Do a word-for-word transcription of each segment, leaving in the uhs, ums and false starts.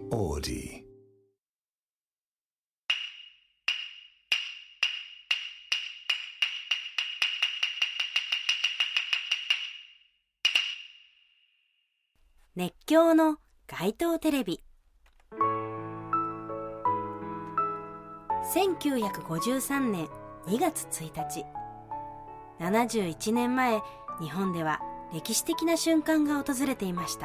オーディ。 熱狂の街頭テレビ。せんきゅうひゃくごじゅうさんねんにがつついたち、ななじゅういちねんまえ、日本では歴史的な瞬間が訪れていました。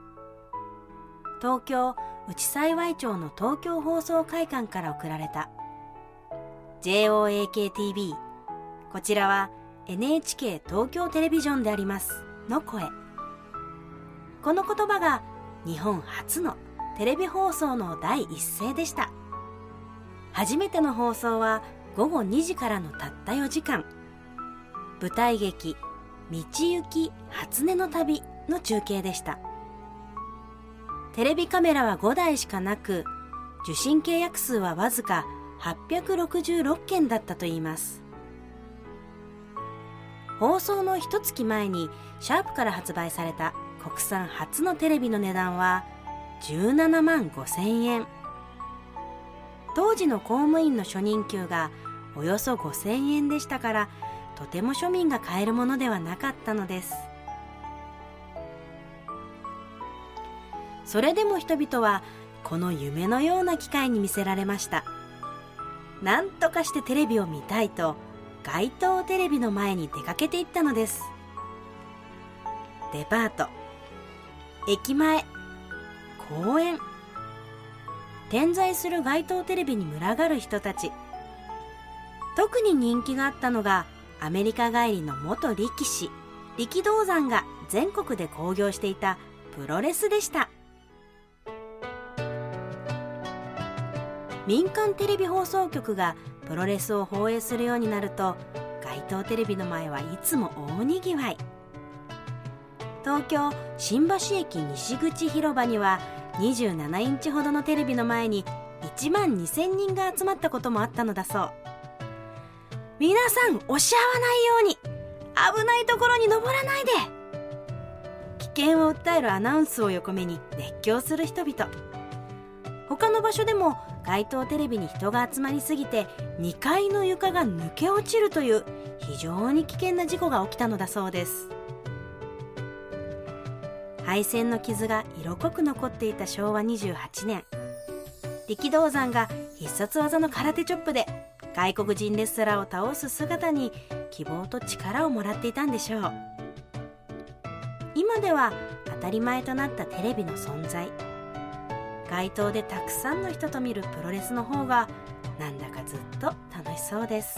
東京内幸町の東京放送会館から送られた ジェイオーエーケーティービー、 こちらは エヌエイチケー 東京テレビジョンでありますの声。この言葉が日本初のテレビ放送の第一声でした。初めての放送はごごにじからのたったよじかん、舞台劇道行き初音の旅の中継でした。テレビカメラはごだいしかなく、受信契約数はわずかはっぴゃくろくじゅうろっけんだったといいます。放送のひとつきまえにシャープから発売された国産初のテレビの値段はじゅうななまんごせんえん。当時の公務員の初任給がおよそごせんえんでしたから、とても庶民が買えるものではなかったのです。それでも人々はこの夢のような機会に見せられました。なんとかしてテレビを見たいと、街頭テレビの前に出かけていったのです。デパート、駅前、公園、点在する街頭テレビに群がる人たち。特に人気があったのが、アメリカ帰りの元力士力道山が全国で興行していたプロレスでした。民間テレビ放送局がプロレスを放映するようになると、街頭テレビの前はいつも大にぎわい。東京新橋駅西口広場にはにじゅうななインチほどのテレビの前にいちまんにせんにんが集まったこともあったのだそう。皆さん押し合わないように、危ないところに登らないで。危険を訴えるアナウンスを横目に熱狂する人々。他の場所でも街頭テレビに人が集まりすぎてにかいの床が抜け落ちるという非常に危険な事故が起きたのだそうです。配線の傷が色濃く残っていたしょうわにじゅうはちねん、力道山が必殺技の空手チョップで外国人レスラーを倒す姿に希望と力をもらっていたんでしょう。今では当たり前となったテレビの存在。街頭でたくさんの人と見るプロレスの方がなんだかずっと楽しそうです。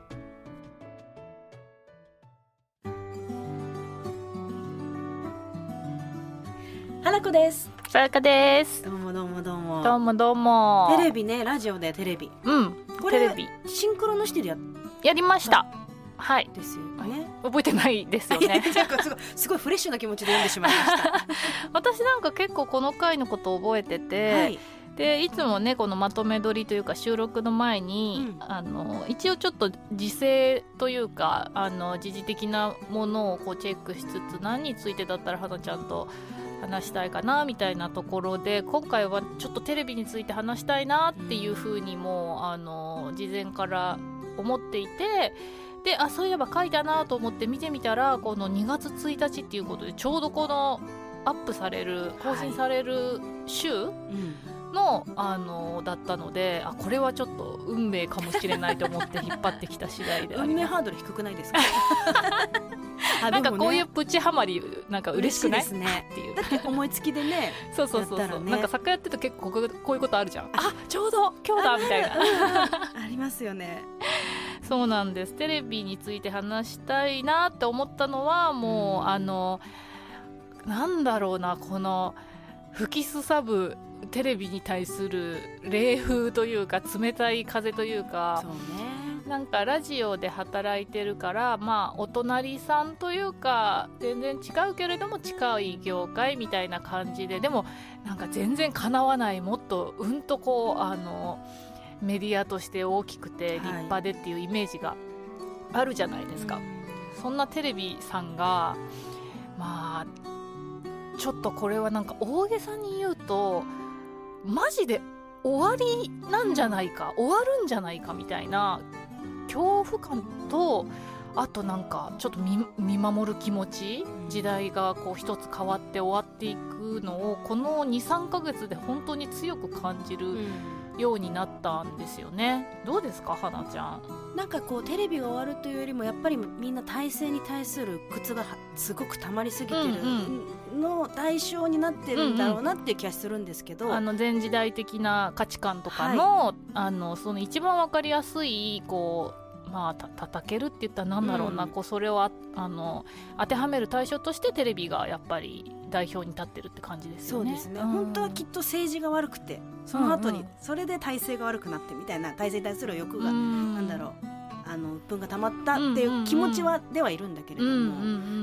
花子です。 さやかです。 どうもどうもどうもどうもどうも。 テレビね、ラジオでテレビ。 うん。 これテレビシンクロのシティでややりました。はい。 ですよね。 覚えてないですよね。 なんかすごいすごいフレッシュな気持ちで読んでしまいました。 私なんか結構この回のことを覚えてて、はい、でいつもねこのまとめ撮りというか収録の前に、うん、あの一応ちょっと時勢というかあの時事的なものをこうチェックしつつ、何についてだったら花ちゃんと話したいかなみたいなところで、今回はちょっとテレビについて話したいなっていうふうにもあの事前から思っていて、であそういえば書いたなと思って見てみたら、このにがつついたちっていうことでちょうどこのアップされる更新される週の、はい、あのだったので、あこれはちょっと運命かもしれないと思って引っ張ってきた次第であります。 運命ハードル低くないですか？ なんかこういうプチハマりなんか嬉しくないですねっていう。 だって思いつきでねそうそうそうそう、ね、なんか作家やってると結構こういうことあるじゃん。あちょうど今日だみたいなありますよね。 そうなんです。テレビについて話したいなって思ったのはもう、うん、あのなんだろうな、この吹きすさぶテレビに対する冷風というか冷たい風というか、 そうね、 なんかラジオで働いてるから、まあお隣さんというか全然違うけれども近い業界みたいな感じで、でもなんか全然かなわない、もっとうんとこうあのメディアとして大きくて立派でっていうイメージがあるじゃないですか、はい、そんなテレビさんがまあちょっとこれはなんか大げさに言うとマジで終わりなんじゃないか、終わるんじゃないかみたいな恐怖感と、あとなんかちょっと 見, 見守る気持ち、時代がこう一つ変わって終わっていくのをこの にさんかげつで本当に強く感じるようになったんですよね。どうですか、花ちゃん。 なんかこうテレビが終わるというよりもやっぱりみんな体制に対する苦がすごく溜まりすぎてるの代償になってるんだろうなっていう気がするんですけど、 うんうん、あの前時代的な価値観とかの、はい、あのその一番わかりやすいこうまあ、た叩けるって言ったらなんだろうな、うん、こうそれを あ, あの当てはめる対象としてテレビがやっぱり代表に立ってるって感じですよね。 そうですね、うん、本当はきっと政治が悪くてその後にそれで体制が悪くなってみたいな、体制に対する欲が、うん、なんだろう、あの鬱憤が溜まったっていう気持ちはではいるんだけれども、うんうんうん、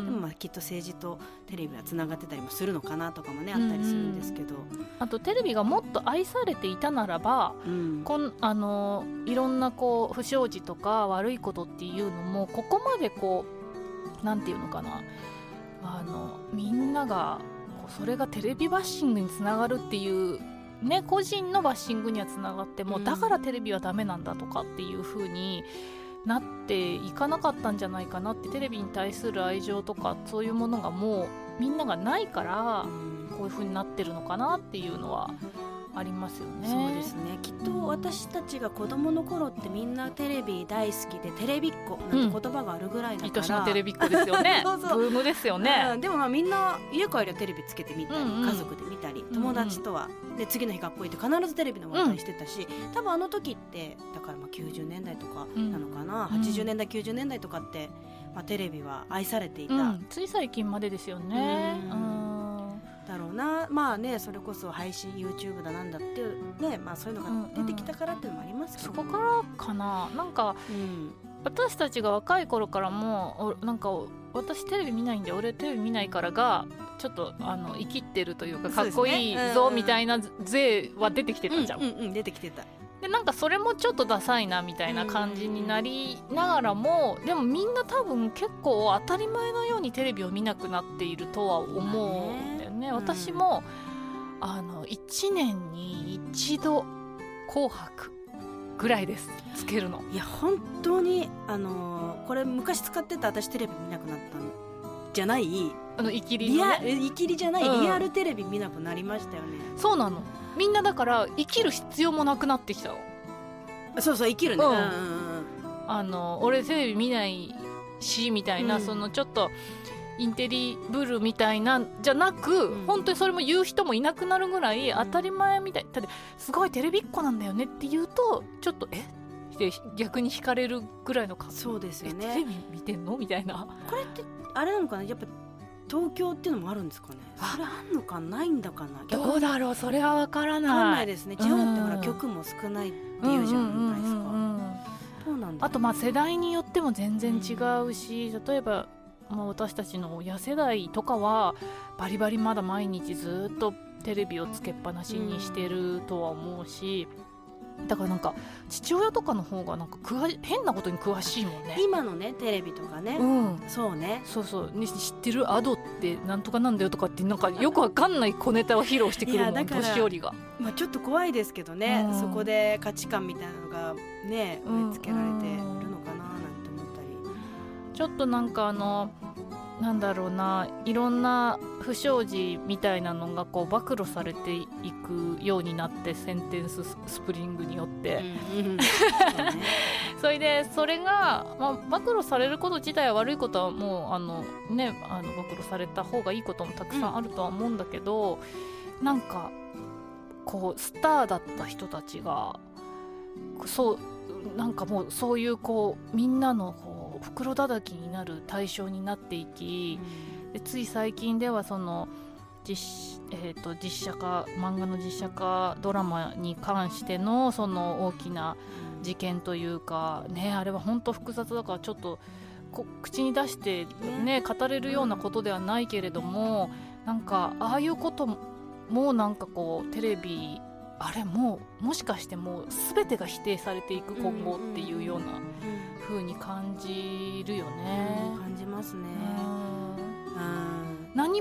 でもまあきっと政治とテレビはつながってたりもするのかなとかもね、あったりするんですけど、うんうん、 あとテレビがもっと愛されていたならば、うん、こんあのいろんなこう不祥事とか悪いことっていうのもここまでこうなんていうのかな、あのみんながそれがテレビバッシングにつながるっていうね、個人のバッシングにはつながっても、うん、だからテレビはダメなんだとかっていう風になっていかなかったんじゃないかなって、テレビに対する愛情とかそういうものがもうみんながないからこういう風になってるのかなっていうのはありますよね。 そうですね、きっと私たちが子供の頃ってみんなテレビ大好きでテレビっ子なんて言葉があるぐらいだから、 愛しのテレビっ子ですよねそうそうブームですよね、 うん、でもまあみんな家帰りはテレビつけてみたり、うんうん、家族で見たり、友達とは、うんうん、で次の日学校行って必ずテレビの話題してたし、うん、多分あの時ってだからまあきゅうじゅうねんだいとかなのかな、うん、はちじゅうねんだいきゅうじゅうねんだいとかって、まあ、テレビは愛されていた、うん、 つい最近までですよね、うんうんだろうな。まあね、それこそ配信 YouTube だなんだっていうね、まあそういうのが出てきたからっていうのもありますけど、 うんうん、そこからかな。なんか、うん、私たちが若い頃からもなんか私テレビ見ないんで俺テレビ見ないからがちょっとあの生きってるというかかっこいいぞみたいな税は出てきてたじゃん、 うんうんうん、出てきてた。 でなんかそれもちょっとダサいなみたいな感じになりながらも、でもみんな多分結構当たり前のようにテレビを見なくなっているとは思うんだよね。私もあのいちねんに一度紅白ぐらいですつけるの。 いや本当にあのー、これ昔使ってた私テレビ見なくなったんじゃない、 あのイキリのね、 リアイキリじゃない、うん、リアルテレビ見なくなりましたよね。 そうなの、みんなだから生きる必要もなくなってきたの。 そうそう生きるね、うんうんうん、 あの俺テレビ見ないしみたいな、うん、そのちょっとインテリブルみたいなじゃなく、うん、本当にそれも言う人もいなくなるぐらい当たり前みたい、だってすごいテレビっ子なんだよねって言うとちょっとえって逆に惹かれるぐらいの感じ。 そうですよね。 テレビ見てんのみたいな。 これってあれなのかな、やっぱ東京っていうのもあるんですかね。それあんのかないんだかな。 どうだろう、それは分からない。 分からないですね。地方ってほら曲も少ないっていうじゃないですか。どうなんだろう。 あとまあ世代によっても全然違うし、例えばまあ私たちの親世代とかはバリバリまだ毎日ずっとテレビをつけっぱなしにしてるとは思うし、だからなんか父親とかの方がなんか詳変なことに詳しいもんね。 今のねテレビとかね、うん、そうね、 そうそう、ね、知ってるアドってなんとかなんだよとかってなんかよくわかんない小ネタを披露してくるもん年寄りが、 まあ、ちょっと怖いですけどね、うん、そこで価値観みたいなのがね植え付けられているのかななんて思ったり、 ちょっとなんかあのなんだろうな、いろんな不祥事みたいなのがこう暴露されていくようになって、センテンススプリングによって、うんうん、それでそれが、まあ、暴露されること自体は悪いことはもうあの、ね、あの暴露された方がいいこともたくさんあるとは思うんだけど、うん、なんかこうスターだった人たちがそうなんかもうそういうこうみんなのこう袋叩きになる対象になっていき、うん、でつい最近ではその 実,、えー、と実写化漫画の実写化ドラマに関してのその大きな事件というか、ね、あれは本当複雑だからちょっとこ口に出して、ね、語れるようなことではないけれども、なんかああいうこともなんかこうテレビあれもうもしかしてもう全てが否定されていく今後っていうような風に感じるよね、 うん、感じますね、 うん、何も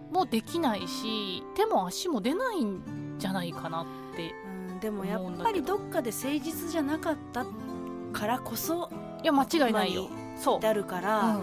もできないし手も足も出ないんじゃないかなって、 うん、でもやっぱりどっかで誠実じゃなかったからこそいや間違いないよそうであるから、うん、あの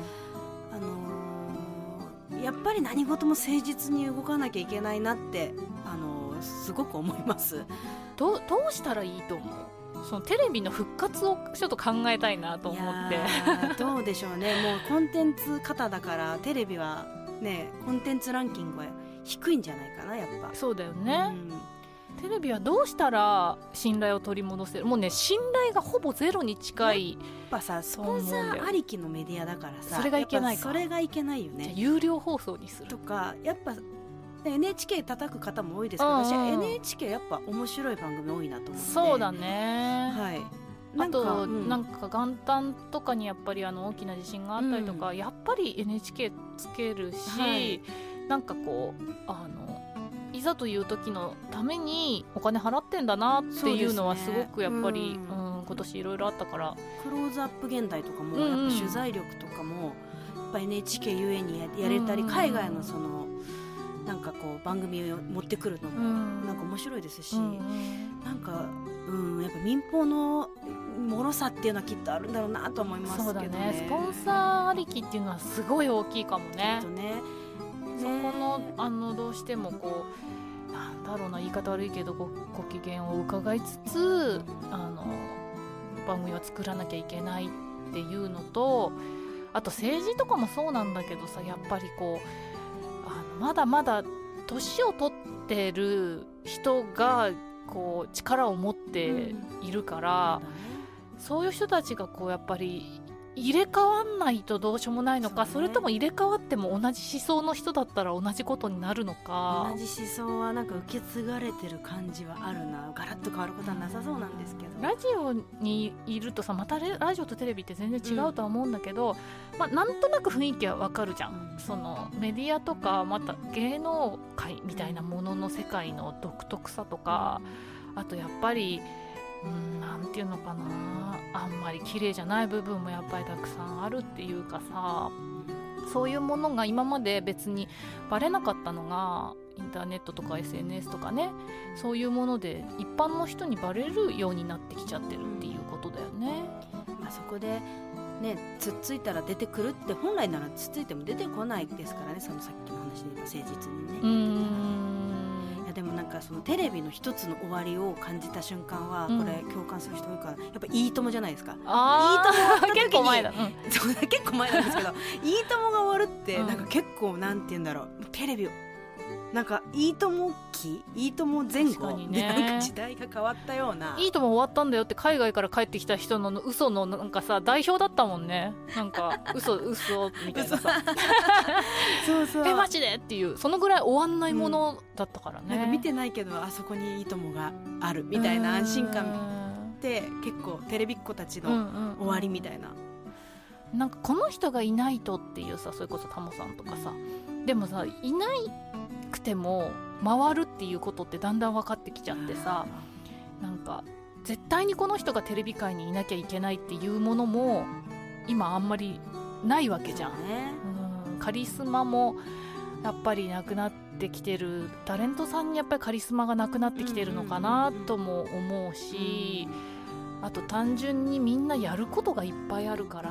ー、やっぱり何事も誠実に動かなきゃいけないなって、あのー、すごく思います。 ど, どうしたらいいと思う？そのテレビの復活をちょっと考えたいなと思ってどうでしょうね。もうコンテンツ型だからテレビはねコンテンツランキングは低いんじゃないかなやっぱ。 そうだよね、うん、テレビはどうしたら信頼を取り戻せる？もうね信頼がほぼゼロに近い。 やっぱさスポンサーありきのメディアだからさそれがいけないか。 それがいけないよね。 じゃ有料放送にするとかやっぱエヌエイチケー 叩く方も多いですけど、うんうん、私は エヌエイチケー やっぱ面白い番組多いなと思って。 そうだね、 はい、 あと、うん、なんか元旦とかにやっぱりあの大きな地震があったりとか、うん、やっぱり エヌエイチケー つけるし、はい、なんかこうあのいざという時のためにお金払ってんだなっていうのはすごくやっぱり、うんうん、今年いろいろあったから。 クローズアップ現代とかも、うんうん、やっぱ取材力とかもやっぱ エヌエイチケー ゆえにやれたり、うんうん、海外のそのなんかこう番組を持ってくるのもなんか面白いですし、うん、なんか、うん、やっぱ民放の脆さっていうのはきっとあるんだろうなと思いますけどね。 そうだね、スポンサーありきっていうのはすごい大きいかもね。 きっとね、 そこの、あのどうしてもこうなんだろうな言い方悪いけど ご, ご機嫌を伺いつつあの番組を作らなきゃいけないっていうのと、あと政治とかもそうなんだけどさ、やっぱりこうまだまだ年を取ってる人がこう力を持っているから、うん、そういう人たちがこうやっぱり入れ替わんないとどうしようもないのか、 そ,、ね、それとも入れ替わっても同じ思想の人だったら同じことになるのか。 同じ思想はなんか受け継がれてる感じはあるな。ガラッと変わることはなさそうなんですけど、 ラジオにいるとさ、またラジオとテレビって全然違うとは思うんだけど、うん、まあ、なんとなく雰囲気はわかるじゃん、うん、そのメディアとかまた芸能界みたいなものの世界の独特さとか、あとやっぱりうん、なんていうのかな、あんまり綺麗じゃない部分もやっぱりたくさんあるっていうかさ、そういうものが今まで別にバレなかったのがインターネットとか エスエヌエス とかね、そういうもので一般の人にバレるようになってきちゃってるっていうことだよね。 まあ、そこでね、つっついたら出てくるって本来ならつっついても出てこないですからね。そのさっきの話で言えば誠実にね。 うーん、 でもなんかそのテレビの一つの終わりを感じた瞬間は、これ共感する人多いから、やっぱいいともじゃないですか。 あいいとも結構前だ、うん、 そう結構前なんですけどいいともが終わるってなんか結構なんて言うんだろう、テレビをなんかいいとも期いいとも前後で、ね、なんか時代が変わったような。 いいとも終わったんだよって海外から帰ってきた人の嘘のなんかさ代表だったもんね。なんか嘘嘘みたいなさそうそうえマジでっていう、そのぐらい終わんないものだったからね、 うん、なんか見てないけどあそこにいいともがあるみたいな安心感って結構テレビっ子たちの終わりみたいな、うんうん、なんかこの人がいないとっていうさ、それこそタモさんとかさ、でもさいないくても回るっていうことってだんだん分かってきちゃってさ、なんか絶対にこの人がテレビ界にいなきゃいけないっていうものも今あんまりないわけじゃん、ね、うん、カリスマもやっぱりなくなってきてる、タレントさんにやっぱりカリスマがなくなってきてるのかなとも思うし、あと単純にみんなやることがいっぱいあるから、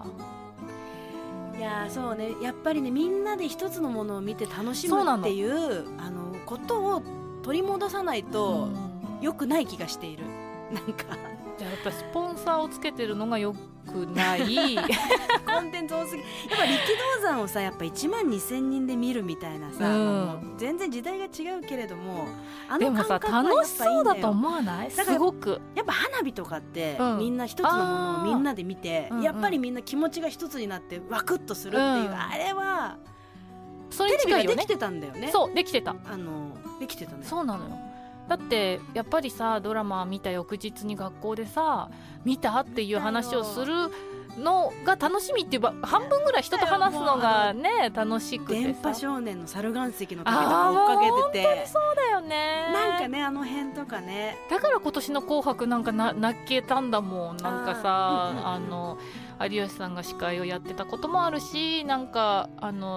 いやそうね、やっぱりねみんなで一つのものを見て楽しむっていうあのことを取り戻さないと良くない気がしている。なんかじゃあやっぱりスポンサーをつけてるのが良くないコンテンツ多すぎ。やっぱ力道山をさやっぱいちまんにせんにんで見るみたいなさ、うん、もう全然時代が違うけれども、あの感覚はやっぱいいんだよ。でもさ楽しそうだと思わない？すごくやっぱ花火とかって、うん、みんな一つのものをみんなで見て、うん、やっぱりみんな気持ちが一つになってワクッとするっていう、うん、あれはそれに近いよね。テレビができてたんだよね。 そうできてた、 あのできてたね。 そうなのよ。だってやっぱりさドラマ見た翌日に学校でさ見たっていう話をするのが楽しみっていう半分ぐらい人と話すのがね楽しくてさ、 電波少年の猿岩石の時とか追っかけてて、 本当にそうだよね。 なんかねあの辺とかね、 だから今年の紅白なんかな泣けたんだもん。なんかさ あ, あの有吉さんが司会をやってたこともあるし、なんかあの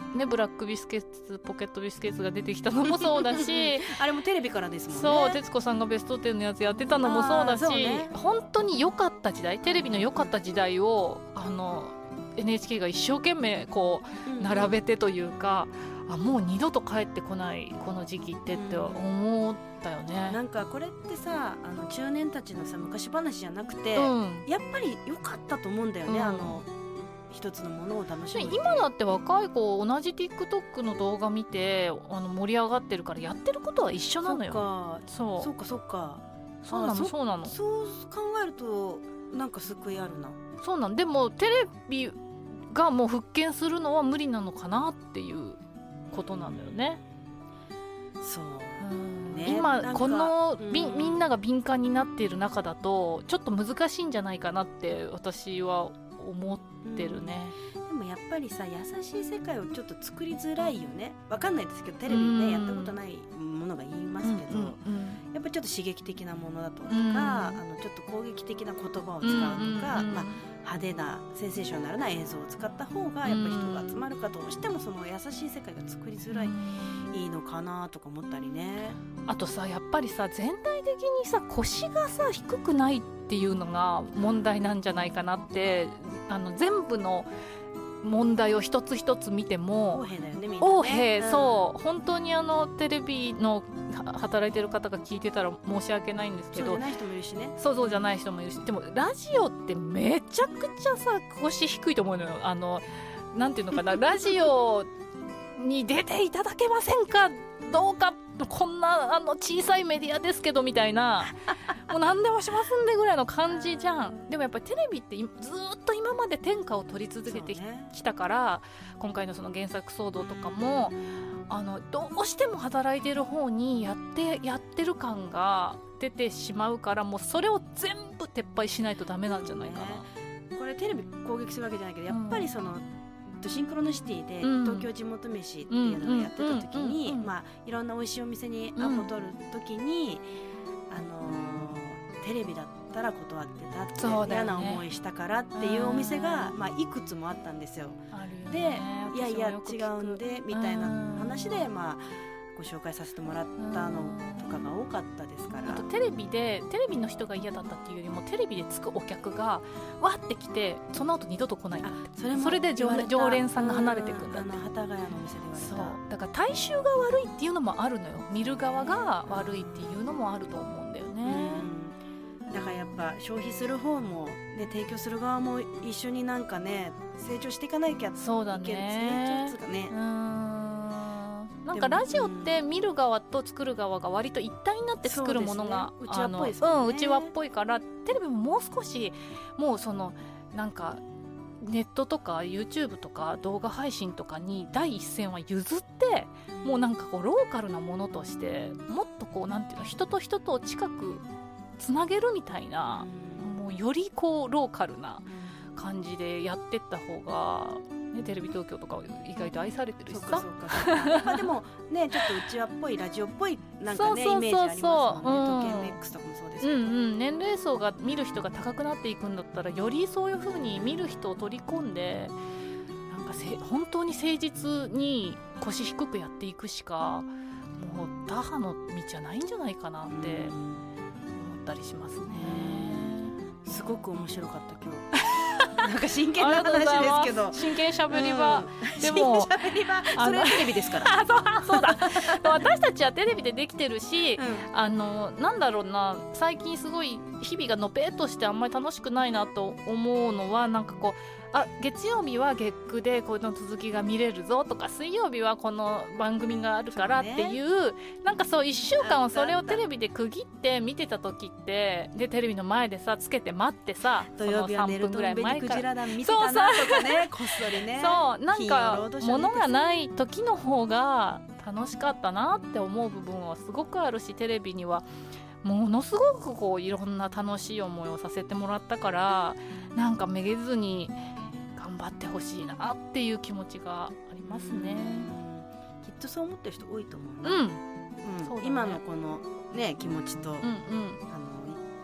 ね、ブラックビスケッツポケットビスケッツが出てきたのもそうだしあれもテレビからですもんね。 そう徹子さんがベストテンのやつやってたのもそうだし、ね、本当に良かった時代テレビの良かった時代をあの エヌエイチケー が一生懸命こう並べてというか、うん、あもう二度と帰ってこないこの時期ってって思ったよね、うん、 なんかこれってさあの中年たちのさ昔話じゃなくて、うん、やっぱり良かったと思うんだよね、うん、あの一つのものを楽しむ。 今だって若い子同じ TikTok の動画見てあの盛り上がってるからやってることは一緒なのよ。 そうそうかそうかそうなのそうなのそう考えるとなんか救いあるな。 そうなんでもテレビがもう復権するのは無理なのかなっていうことなんだよね。 そう、 うんね、 今この、うん、み, みんなが敏感になっている中だとちょっと難しいんじゃないかなって私は思ってるね、 うん、でもやっぱりさ優しい世界をちょっと作りづらいよね。わかんないですけどテレビね、うん、やったことないものが言いますけど、うんうんうん、やっぱりちょっと刺激的なものだとか、うん、あのちょっと攻撃的な言葉を使うとか、うんうんうん、まあ、派手なセンセーショナルな映像を使った方がやっぱり人が集まるかどうしてもその優しい世界が作りづらい、うん、いいのかなとか思ったりね。 あとさやっぱりさ全体的にさ腰がさ低くないっていうのが問題なんじゃないかなってあの全部の問題を一つ一つ見ても横柄だよねみんなね。 横柄、うん、そう本当にあのテレビの働いてる方が聞いてたら申し訳ないんですけどそうじゃない人もいるしね。 そうそうじゃない人もいるしでもラジオってめちゃくちゃさ腰低いと思うのよ。あのなんていうのかなラジオに出ていただけませんかどうかこんなあの小さいメディアですけどみたいなもう何でもしますんでぐらいの感じじゃん。でもやっぱりテレビってずっと今まで天下を取り続けてきたから、ね、今回のその原作騒動とかもあのどうしても働いてる方にやってやってる感が出てしまうからもうそれを全部撤廃しないとダメなんじゃないかな、ね、 これテレビ攻撃するわけじゃないけどやっぱりその、うんシンクロノシティで東京地元飯っていうのをやってた時に、まあ、いろんな美味しいお店にアポ取る時に、うんあのー、テレビだったら断ってたって、ね、嫌な思いしたからっていうお店が、まあ、いくつもあったんですよ。 あるよね、でいやいや違うんでみたいな話で、まあ、ご紹介させてもらったのとかが多かったですから。 あとテレビでテレビの人が嫌だったっていうよりもテレビでつくお客がわって来てその後二度と来ないんだって。 そ, れそれで常連さんが離れていくんだって。 あの幡ヶ谷のお店で言われた。 そうだから大衆が悪いっていうのもあるのよ。見る側が悪いっていうのもあると思うんだよね。 うんだからやっぱ消費する方も、ね、提供する側も一緒になんかね成長していかなきゃいけない。 そうだね。 成長っていうかね。 うんなんかラジオって見る側と作る側が割と一体になって作るものがうちわっぽいですよね。 うちわっぽいからテレビももう少しもうそのなんかネットとか YouTube とか動画配信とかに第一線は譲ってもうなんかこうローカルなものとしてもっとこうなんていうの人と人と近くつなげるみたいなもうよりこうローカルな感じでやってった方がね、テレビ東京とか意外と愛されてるしさ。そうかそうかまあでもねちょっとうちわっぽいラジオっぽいなんかねイメージありますもんね。東京 エムエックス とかもそうですけど、うんうん、 年齢層が見る人が高くなっていくんだったらよりそういう風に見る人を取り込んでなんかせ本当に誠実に腰低くやっていくしかもう打破の道じゃないんじゃないかなって思ったりしますね。 すごく面白かった今日なんか真剣な話ですけど真剣しゃべり場、 うん、でも真剣しゃべり場それはテレビですからそうそうだ私たちはテレビでできてるし、うん、あのなんだろうな最近すごい日々がのぺっとしてあんまり楽しくないなと思うのはなんかこうあ月曜日は月くでこの続きが見れるぞとか水曜日はこの番組があるからっていう、ね、なんかそういっしゅうかんをそれをテレビで区切って見てた時ってでテレビの前でさつけて待ってさ土曜日は寝るとベニクジラ団見てたなとかねこっそりねそうなんか物がない時の方が楽しかったなって思う部分はすごくあるしテレビにはものすごくこういろんな楽しい思いをさせてもらったからなんかめげずに頑張ってほしいなっていう気持ちがありますね。 きっとそう思ってる人多いと思うな、うんうんうね、今のこの、ね、気持ちと、うんうん、あの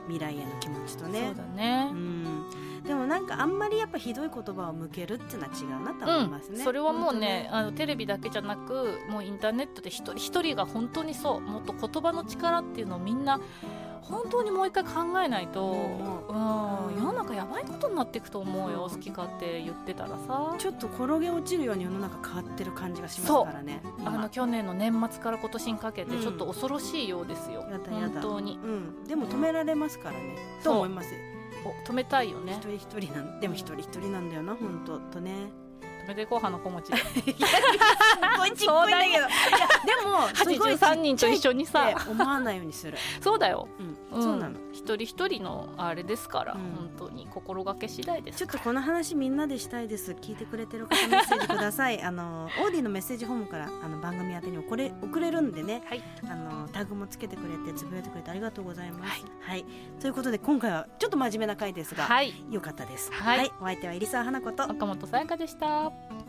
未来への気持ちとね。 そうだね、 うん、でもなんかあんまりやっぱひどい言葉を向けるっていうのは違うなと思いますね、 うん、それはもう ね, ねあのテレビだけじゃなくもうインターネットで一人一人が本当にそうもっと言葉の力っていうのをみんな本当にもう一回考えないと、うん、世の中やばいことになっていくと思うよ。好き勝手言ってたらさちょっと転げ落ちるように世の中変わってる感じがしますからね。 あの去年の年末から今年にかけてちょっと恐ろしいようですよ、うん、 やだやだ本当に、 うん、でも止められますからね、うん、と思います。 お止めたいよね。 一人一人なんでも一人一人なんだよな本当とね。 止めていこう花子持ちですごいちっこいんだけどいやでもはちじゅうさんにんと一緒にさ思わないようにするそうだよ、 うん、そうなの。 一人一人のあれですから、うん、本当に心がけ次第です。 ちょっとこの話みんなでしたいです。聞いてくれてる方メッセージくださいあのオーディのメッセージホームからあの番組宛てに送れ送れるんでね、はい、あのタグもつけてくれてつぶやいてくれてありがとうございます、はいはい、ということで今回はちょっと真面目な回ですが、はい、よかったです、はいはい、お相手は入澤花子と岡本さやかでした。